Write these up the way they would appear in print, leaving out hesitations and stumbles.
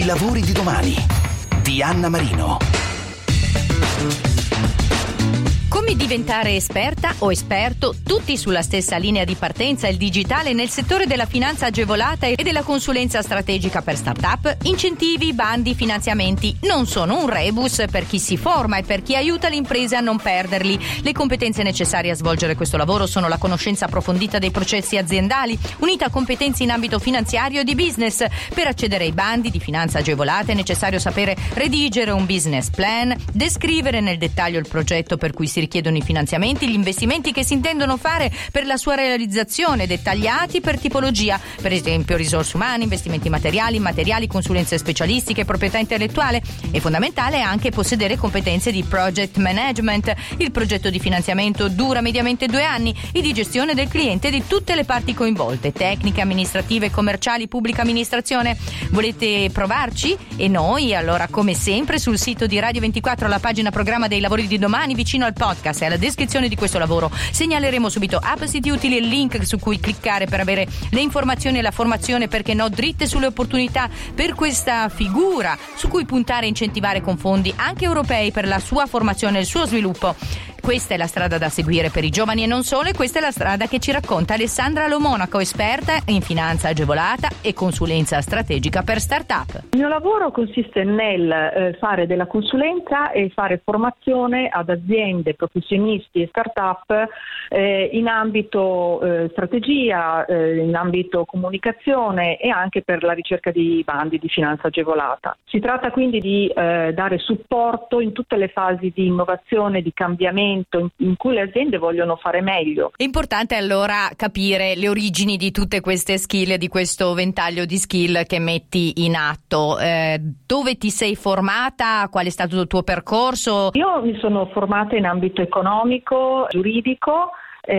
lavori di domani di Anna Marino. Come diventare esperta o esperto, tutti sulla stessa linea di partenza, il digitale nel settore della finanza agevolata e della consulenza strategica per start-up? Incentivi, bandi, finanziamenti non sono un rebus per chi si forma e per chi aiuta le imprese a non perderli. Le competenze necessarie a svolgere questo lavoro sono la conoscenza approfondita dei processi aziendali, unita a competenze in ambito finanziario e di business. Per accedere ai bandi di finanza agevolata è necessario sapere redigere un business plan, descrivere nel dettaglio il progetto per cui si richiedono i finanziamenti, gli investimenti che si intendono fare per la sua realizzazione, dettagliati per tipologia, per esempio risorse umane, investimenti materiali, consulenze specialistiche, proprietà intellettuale. È fondamentale anche possedere competenze di project management. Il progetto di finanziamento dura mediamente 2 anni e di gestione del cliente e di tutte le parti coinvolte, tecniche, amministrative, commerciali, pubblica amministrazione. Volete provarci? E noi, allora, come sempre, sul sito di Radio 24, alla pagina programma dei lavori di domani, vicino al podcast e alla descrizione di questo lavoro, segnaleremo subito app, siti utili e link su cui cliccare per avere le informazioni e la formazione, perché no, dritte sulle opportunità per questa figura su cui puntare e incentivare con fondi anche europei per la sua formazione e il suo sviluppo. Questa è la strada da seguire per i giovani e non solo, e questa è la strada che ci racconta Alessandra Lo Monaco, esperta in finanza agevolata e consulenza strategica per start-up. Il mio lavoro consiste nel fare della consulenza e fare formazione ad aziende, professionisti e start-up in ambito strategia, in ambito comunicazione e anche per la ricerca di bandi di finanza agevolata. Si tratta quindi di dare supporto in tutte le fasi di innovazione, di cambiamento in cui le aziende vogliono fare meglio. È importante allora capire le origini di tutte queste skill, di questo ventaglio di skill che metti in atto. Dove ti sei formata? Qual è stato il tuo percorso? Io mi sono formata in ambito economico, giuridico.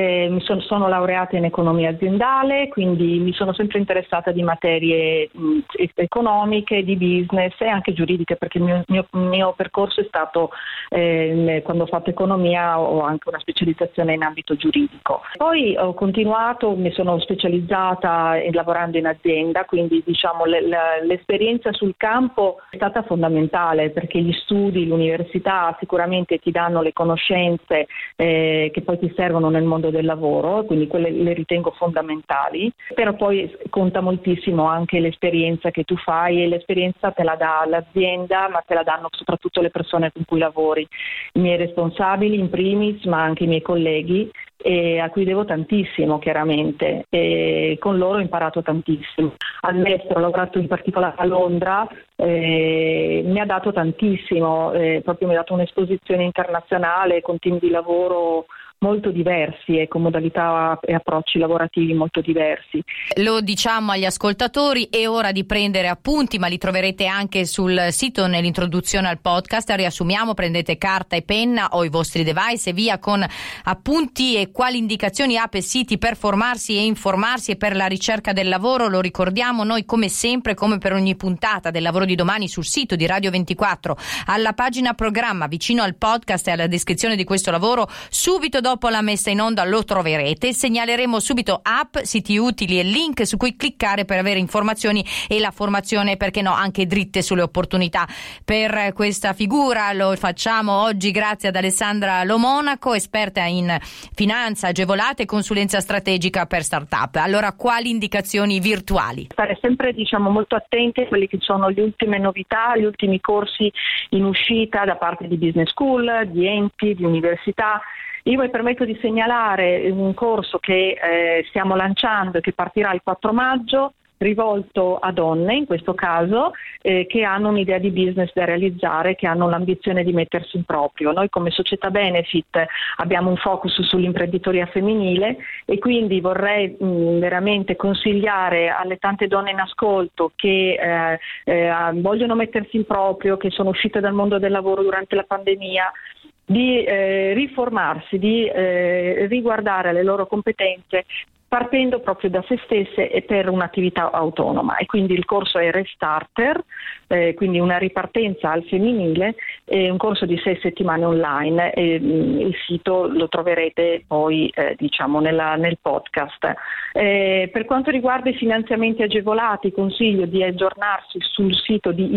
Sono laureata in economia aziendale, quindi mi sono sempre interessata di materie economiche, di business e anche giuridiche, perché il mio percorso è stato, quando ho fatto economia ho anche una specializzazione in ambito giuridico. Poi ho continuato, mi sono specializzata lavorando in azienda, quindi diciamo l'esperienza sul campo è stata fondamentale, perché gli studi, l'università sicuramente ti danno le conoscenze che poi ti servono nel mondo del lavoro, quindi quelle le ritengo fondamentali, però poi conta moltissimo anche l'esperienza che tu fai, e l'esperienza te la dà l'azienda, ma te la danno soprattutto le persone con cui lavori, i miei responsabili in primis, ma anche i miei colleghi, e a cui devo tantissimo chiaramente, e con loro ho imparato tantissimo. All'estero ho lavorato in particolare a Londra, mi ha dato tantissimo, proprio mi ha dato un'esposizione internazionale con team di lavoro molto diversi e con modalità e approcci lavorativi molto diversi. Lo diciamo agli ascoltatori, è ora di prendere appunti, ma li troverete anche sul sito nell'introduzione al podcast. Riassumiamo: prendete carta e penna o i vostri device e via con appunti e quali indicazioni, app e siti per formarsi e informarsi e per la ricerca del lavoro. Lo ricordiamo noi, come sempre, come per ogni puntata del lavoro di domani, sul sito di Radio 24, alla pagina programma vicino al podcast e alla descrizione di questo lavoro, subito dopo la messa in onda lo troverete. Segnaleremo subito app, siti utili e link su cui cliccare per avere informazioni e la formazione, perché no, anche dritte sulle opportunità per questa figura. Lo facciamo oggi grazie ad Alessandra Lo Monaco, esperta in finanza agevolata e consulenza strategica per start-up. Allora, quali indicazioni virtuali? Stare sempre molto attenti a quelli che sono le ultime novità, gli ultimi corsi in uscita da parte di business school, di enti, di università. Io mi permetto di segnalare un corso che stiamo lanciando e che partirà il 4 maggio, rivolto a donne in questo caso, che hanno un'idea di business da realizzare, che hanno l'ambizione di mettersi in proprio. Noi come società Benefit abbiamo un focus sull'imprenditoria femminile, e quindi vorrei veramente consigliare alle tante donne in ascolto che vogliono mettersi in proprio, che sono uscite dal mondo del lavoro durante la pandemia, di riformarsi, di riguardare le loro competenze partendo proprio da se stesse e per un'attività autonoma. E quindi il corso è Restarter, quindi una ripartenza al femminile, è un corso di 6 settimane online, e il sito lo troverete poi nel podcast. Per quanto riguarda i finanziamenti agevolati, consiglio di aggiornarsi sul sito di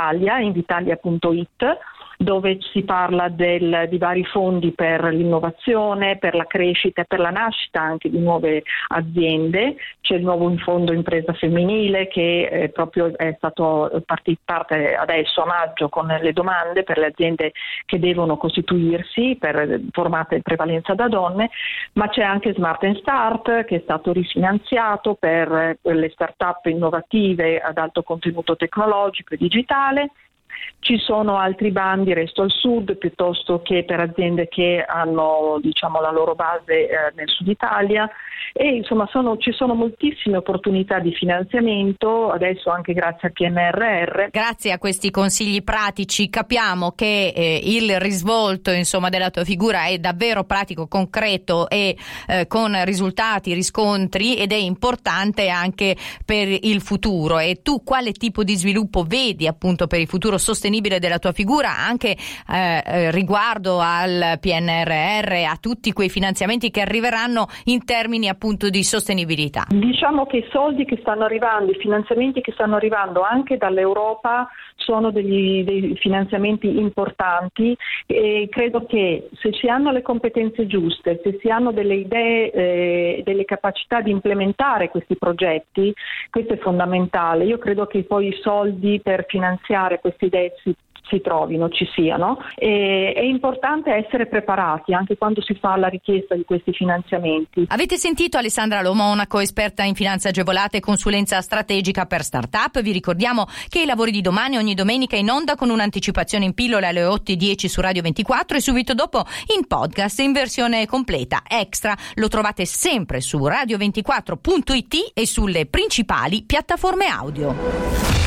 invitalia.it, dove si parla di vari fondi per l'innovazione, per la crescita e per la nascita anche di nuove aziende. C'è il nuovo fondo impresa femminile che proprio è stato parte adesso a maggio con le domande per le aziende che devono costituirsi, formate in prevalenza da donne, ma c'è anche Smart and Start che è stato rifinanziato per le start-up innovative ad alto contenuto tecnologico e digitale. Ci sono altri bandi Resto al Sud, piuttosto che per aziende che hanno la loro base nel Sud Italia, e insomma ci sono moltissime opportunità di finanziamento adesso anche grazie al PNRR. Grazie a questi consigli pratici capiamo che il risvolto della tua figura è davvero pratico, concreto e con risultati, riscontri, ed è importante anche per il futuro. E tu quale tipo di sviluppo vedi appunto per il futuro sostenibile della tua figura, anche riguardo al PNRR, a tutti quei finanziamenti che arriveranno in termini appunto di sostenibilità? Diciamo che i soldi che stanno arrivando, i finanziamenti che stanno arrivando anche dall'Europa sono dei finanziamenti importanti, e credo che se si hanno le competenze giuste, se si hanno delle idee, delle capacità di implementare questi progetti, questo è fondamentale. Io credo che poi i soldi per finanziare queste idee si trovino, ci siano, e è importante essere preparati anche quando si fa la richiesta di questi finanziamenti. Avete sentito Alessandra Lo Monaco, esperta in finanza agevolata e consulenza strategica per startup. Vi ricordiamo che i lavori di domani ogni domenica in onda con un'anticipazione in pillola alle 8:10 su Radio 24 e subito dopo in podcast in versione completa extra. Lo trovate sempre su radio24.it e sulle principali piattaforme audio.